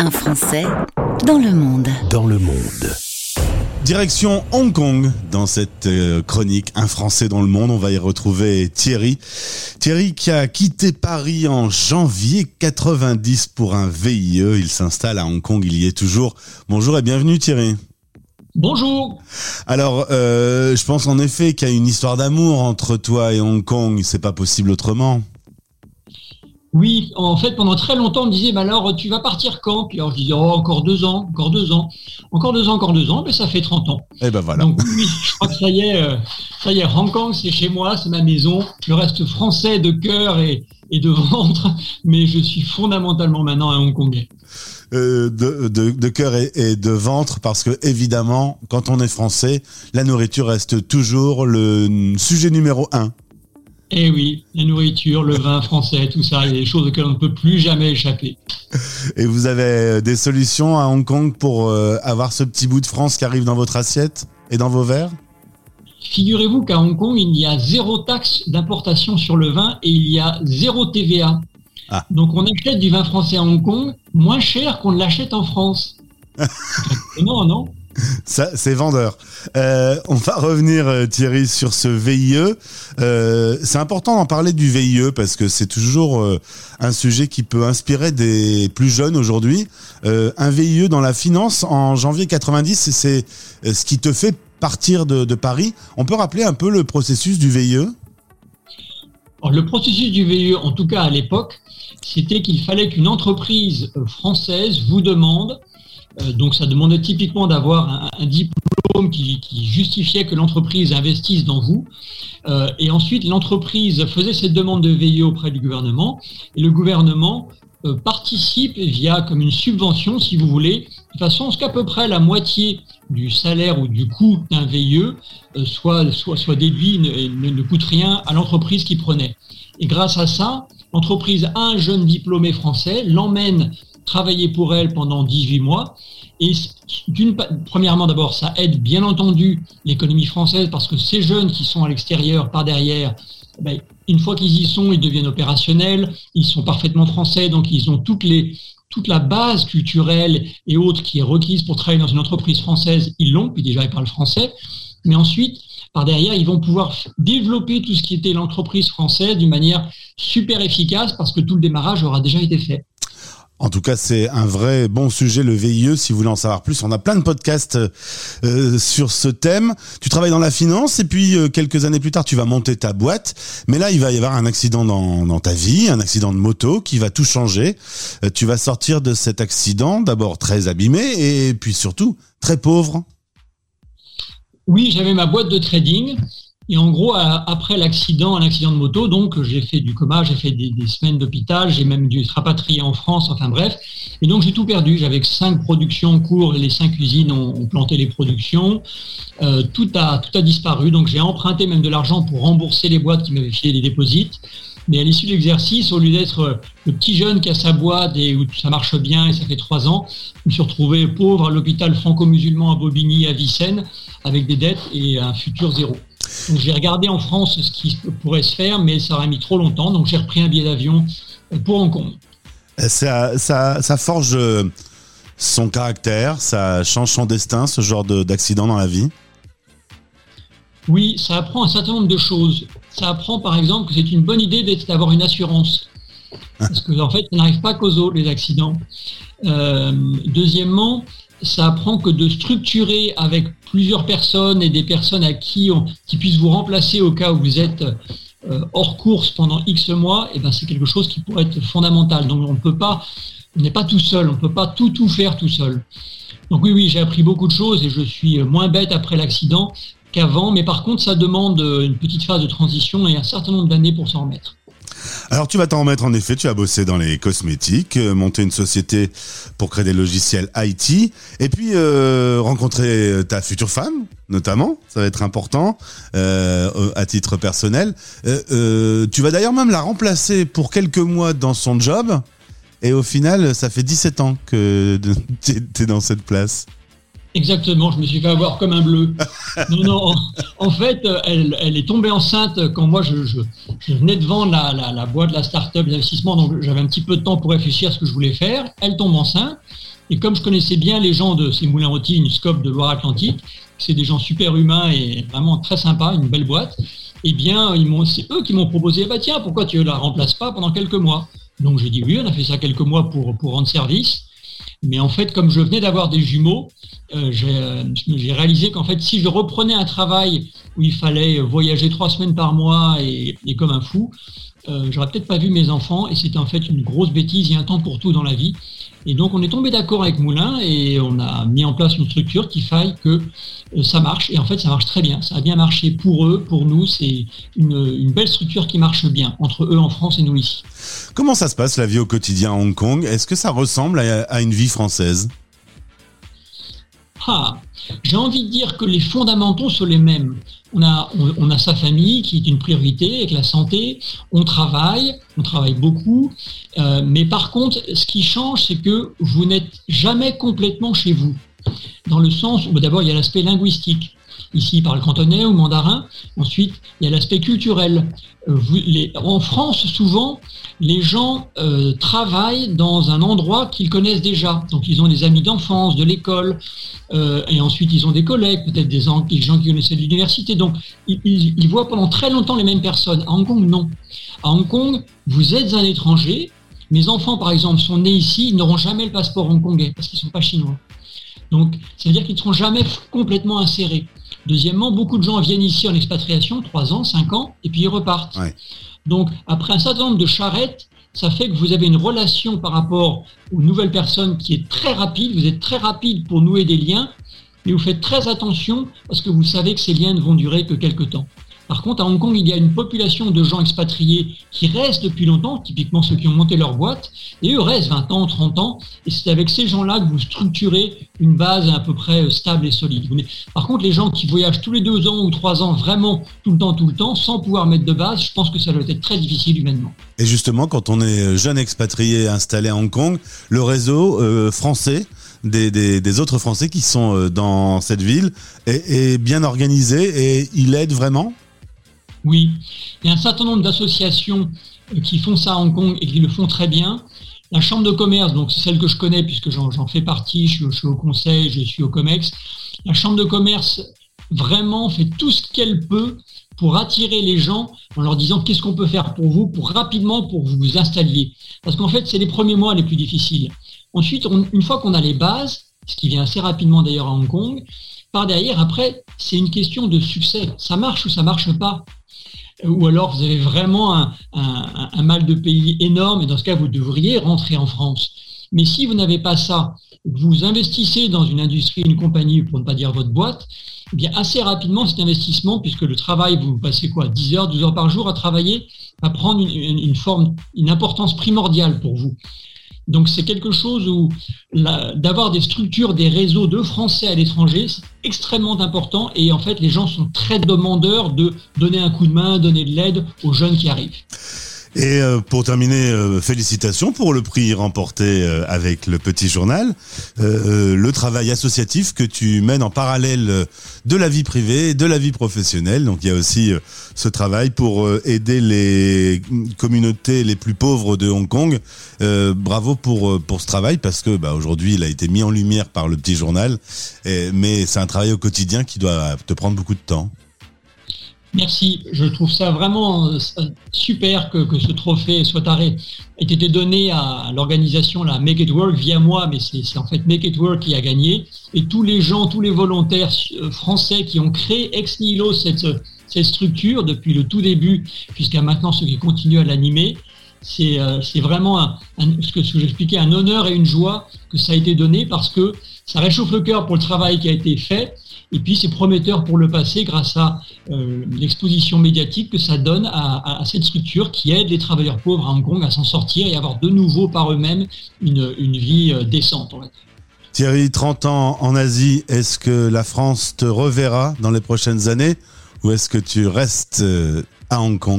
Un Français dans le monde. Dans le monde. Direction Hong Kong dans cette chronique Un Français dans le monde. On va y retrouver Thierry. Thierry qui a quitté Paris en janvier 90 pour un VIE. Il s'installe à Hong Kong, il y est toujours. Bonjour et bienvenue Thierry. Bonjour. Alors, je pense en effet qu'il y a une histoire d'amour entre toi et Hong Kong. C'est pas possible autrement. Oui, en fait, pendant très longtemps, on me disait, alors, tu vas partir quand? Puis alors, je disais, encore 2 ans, encore 2 ans, mais ça fait 30 ans. Et ben voilà. Donc oui, je crois que ça y est, Hong Kong, c'est chez moi, c'est ma maison. Je reste français de cœur et de ventre, mais je suis fondamentalement maintenant un Hongkongais. De cœur et de ventre, parce que évidemment, quand on est français, la nourriture reste toujours le sujet numéro 1. Eh oui, la nourriture, le vin français, tout ça, il y a des choses auxquelles on ne peut plus jamais échapper. Et vous avez des solutions à Hong Kong pour avoir ce petit bout de France qui arrive dans votre assiette et dans vos verres? Figurez-vous qu'à Hong Kong, il y a 0 taxe d'importation sur le vin et il y a 0 TVA. Ah. Donc on achète du vin français à Hong Kong moins cher qu'on ne l'achète en France. Non. Ça, c'est vendeur. On va revenir, Thierry, sur ce VIE. C'est important d'en parler du VIE parce que c'est toujours un sujet qui peut inspirer des plus jeunes aujourd'hui. Un VIE dans la finance en janvier 90, c'est ce qui te fait partir de Paris. On peut rappeler un peu le processus du VIE ? Alors, le processus du VIE, en tout cas à l'époque, c'était qu'il fallait qu'une entreprise française vous demande. Donc ça demandait typiquement d'avoir un diplôme qui justifiait que l'entreprise investisse dans vous. Et ensuite, l'entreprise faisait cette demande de VIE auprès du gouvernement. Et le gouvernement participe via comme une subvention, si vous voulez, de façon à ce qu'à peu près la moitié du salaire ou du coût d'un VIE soit déduit et ne coûte rien à l'entreprise qui prenait. Et grâce à ça, l'entreprise a un jeune diplômé français, l'emmène travailler pour elle pendant 18 mois. Et premièrement, d'abord, ça aide bien entendu l'économie française parce que ces jeunes qui sont à l'extérieur, par derrière, une fois qu'ils y sont, ils deviennent opérationnels, ils sont parfaitement français, donc ils ont toute la base culturelle et autres qui est requise pour travailler dans une entreprise française, ils l'ont, puis déjà ils parlent français. Mais ensuite, par derrière, ils vont pouvoir développer tout ce qui était l'entreprise française d'une manière super efficace parce que tout le démarrage aura déjà été fait. En tout cas, c'est un vrai bon sujet, le VIE. Si vous voulez en savoir plus, on a plein de podcasts sur ce thème. Tu travailles dans la finance et puis quelques années plus tard, tu vas monter ta boîte. Mais là, il va y avoir un accident dans ta vie, un accident de moto qui va tout changer. Tu vas sortir de cet accident d'abord très abîmé et puis surtout très pauvre. Oui, j'avais ma boîte de trading. Et en gros, après un accident de moto, donc j'ai fait du coma, j'ai fait des semaines d'hôpital, j'ai même dû être rapatrié en France, enfin bref. Et donc j'ai tout perdu. J'avais 5 productions en cours, les 5 usines ont planté les productions. Tout a disparu. Donc j'ai emprunté même de l'argent pour rembourser les boîtes qui m'avaient filé des déposits. Mais à l'issue de l'exercice, au lieu d'être le petit jeune qui a sa boîte et où ça marche bien et ça fait 3 ans, je me suis retrouvé pauvre à l'hôpital franco-musulman à Bobigny, à Vicenne, avec des dettes et un futur zéro. Donc j'ai regardé en France ce qui pourrait se faire, mais ça aurait mis trop longtemps, donc j'ai repris un billet d'avion pour Hong Kong. Ça forge son caractère, ça change son destin, ce genre d'accident dans la vie? Oui, ça apprend un certain nombre de choses. Ça apprend par exemple que c'est une bonne idée d'avoir une assurance. Parce que en fait, ça n'arrive pas qu'aux autres, les accidents. Deuxièmement, ça apprend que de structurer avec plusieurs personnes et des personnes qui puissent vous remplacer au cas où vous êtes hors course pendant X mois, c'est quelque chose qui pourrait être fondamental. Donc on n'est pas tout seul, on ne peut pas tout faire tout seul. Donc oui, j'ai appris beaucoup de choses et je suis moins bête après l'accident qu'avant, mais par contre, ça demande une petite phase de transition et un certain nombre d'années pour s'en remettre. Alors tu vas t'en remettre en effet, tu as bossé dans les cosmétiques, monté une société pour créer des logiciels IT, et puis rencontrer ta future femme, notamment, ça va être important à titre personnel. Tu vas d'ailleurs même la remplacer pour quelques mois dans son job, et au final, ça fait 17 ans que t'es dans cette place. Exactement, je me suis fait avoir comme un bleu. Non, en fait, elle est tombée enceinte quand moi je venais de vendre la boîte, la start-up d'investissement, donc j'avais un petit peu de temps pour réfléchir à ce que je voulais faire. Elle tombe enceinte Et comme je connaissais bien les gens de ces moulins rôtis, une scope de Loire-Atlantique, c'est des gens super humains et vraiment très sympas, une belle boîte, eh bien, c'est eux qui m'ont proposé, tiens, pourquoi tu ne la remplaces pas pendant quelques mois? Donc j'ai dit oui, on a fait ça quelques mois pour rendre service. Mais en fait, comme je venais d'avoir des jumeaux, j'ai réalisé qu'en fait, si je reprenais un travail où il fallait voyager 3 semaines par mois et comme un fou, j'aurais peut-être pas vu mes enfants et c'était en fait une grosse bêtise. Il y a un temps pour tout dans la vie. Et donc, on est tombé d'accord avec Moulin et on a mis en place une structure qui faille que ça marche. Et en fait, ça marche très bien. Ça a bien marché pour eux, pour nous. C'est une belle structure qui marche bien entre eux en France et nous ici. Comment ça se passe la vie au quotidien à Hong Kong? Est-ce que ça ressemble à une vie française? J'ai envie de dire que les fondamentaux sont les mêmes. On a sa famille qui est une priorité avec la santé. On travaille beaucoup. Mais par contre, ce qui change, c'est que vous n'êtes jamais complètement chez vous. Dans le sens où d'abord, il y a l'aspect linguistique. Ici, ils parlent cantonais ou mandarin. Ensuite, il y a l'aspect culturel. En France, souvent, les gens travaillent dans un endroit qu'ils connaissent déjà. Donc, ils ont des amis d'enfance, de l'école, et ensuite, ils ont des collègues, peut-être des gens qui connaissaient de l'université. Donc, ils voient pendant très longtemps les mêmes personnes. À Hong Kong, non. À Hong Kong, vous êtes un étranger. Mes enfants, par exemple, sont nés ici, ils n'auront jamais le passeport hongkongais parce qu'ils ne sont pas chinois. Donc, ça veut dire qu'ils ne seront jamais complètement insérés. Deuxièmement, beaucoup de gens viennent ici en expatriation, 3 ans, 5 ans, et puis ils repartent. Ouais. Donc, après un certain nombre de charrettes, ça fait que vous avez une relation par rapport aux nouvelles personnes qui est très rapide. Vous êtes très rapide pour nouer des liens, mais vous faites très attention parce que vous savez que ces liens ne vont durer que quelques temps. Par contre, à Hong Kong, il y a une population de gens expatriés qui restent depuis longtemps, typiquement ceux qui ont monté leur boîte, et eux restent 20 ans, 30 ans, et c'est avec ces gens-là que vous structurez une base à peu près stable et solide. Par contre, les gens qui voyagent tous les 2 ans ou 3 ans, vraiment tout le temps, sans pouvoir mettre de base, je pense que ça doit être très difficile humainement. Et justement, quand on est jeune expatrié installé à Hong Kong, le réseau français, des autres Français qui sont dans cette ville est bien organisé et il aide vraiment? Oui, il y a un certain nombre d'associations qui font ça à Hong Kong et qui le font très bien. La Chambre de commerce, donc c'est celle que je connais puisque j'en fais partie, je suis au conseil, je suis au COMEX. La Chambre de commerce vraiment fait tout ce qu'elle peut pour attirer les gens en leur disant qu'est-ce qu'on peut faire pour vous, pour vous installiez. Parce qu'en fait, c'est les premiers mois les plus difficiles. Ensuite, une fois qu'on a les bases, ce qui vient assez rapidement d'ailleurs à Hong Kong, par derrière, après, c'est une question de succès. Ça marche ou ça marche pas. Ou alors vous avez vraiment un mal de pays énorme et dans ce cas, vous devriez rentrer en France. Mais si vous n'avez pas ça, vous investissez dans une industrie, une compagnie, pour ne pas dire votre boîte, eh bien assez rapidement, cet investissement, puisque le travail, vous passez 10 heures, 12 heures par jour à travailler, va prendre une importance primordiale pour vous. Donc c'est quelque chose où d'avoir des structures, des réseaux de Français à l'étranger, c'est extrêmement important et en fait les gens sont très demandeurs de donner un coup de main, donner de l'aide aux jeunes qui arrivent. Et pour terminer, félicitations pour le prix remporté avec le Petit Journal. Le travail associatif que tu mènes en parallèle de la vie privée, de la vie professionnelle. Donc il y a aussi ce travail pour aider les communautés les plus pauvres de Hong Kong. Bravo pour ce travail parce que aujourd'hui il a été mis en lumière par le Petit Journal. Mais c'est un travail au quotidien qui doit te prendre beaucoup de temps. Merci, je trouve ça vraiment super que ce trophée ait été donné à l'organisation Make It Work via moi, mais c'est en fait Make It Work qui a gagné. Et tous les gens, tous les volontaires français qui ont créé ex nihilo cette structure depuis le tout début jusqu'à maintenant ceux qui continuent à l'animer, c'est vraiment ce que j'expliquais, un honneur et une joie que ça a été donné parce que ça réchauffe le cœur pour le travail qui a été fait. Et puis, c'est prometteur pour le passé grâce à l'exposition médiatique que ça donne à cette structure qui aide les travailleurs pauvres à Hong Kong à s'en sortir et avoir de nouveau par eux-mêmes une vie décente. On va dire. Thierry, 30 ans en Asie, est-ce que la France te reverra dans les prochaines années ou est-ce que tu restes à Hong Kong ?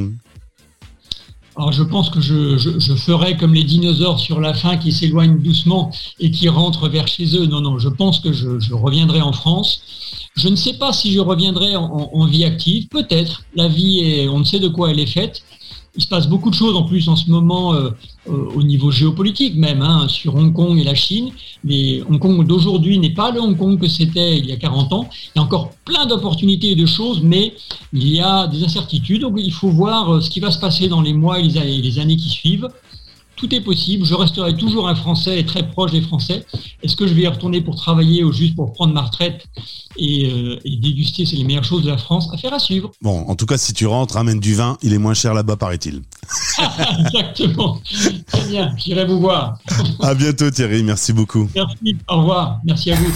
Alors je pense que je ferai comme les dinosaures sur la fin qui s'éloignent doucement et qui rentrent vers chez eux. Non, je pense que je reviendrai en France. Je ne sais pas si je reviendrai en vie active. Peut-être. La vie on ne sait de quoi elle est faite. Il se passe beaucoup de choses en plus en ce moment au niveau géopolitique même, sur Hong Kong et la Chine. Hong Kong d'aujourd'hui n'est pas le Hong Kong que c'était il y a 40 ans. Il y a encore plein d'opportunités et de choses, mais il y a des incertitudes. Donc il faut voir ce qui va se passer dans les mois et les années qui suivent. Tout est possible. Je resterai toujours un Français et très proche des Français. Est-ce que je vais y retourner pour travailler ou juste pour prendre ma retraite et déguster, c'est les meilleures choses de la France? Affaire à suivre. Bon, en tout cas, si tu rentres, ramène du vin. Il est moins cher là-bas, paraît-il. Exactement. Très bien. J'irai vous voir. À bientôt, Thierry. Merci beaucoup. Merci. Au revoir. Merci à vous.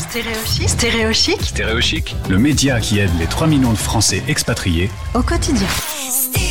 Stéréo Chic, le média qui aide les 3 millions de Français expatriés Au quotidien.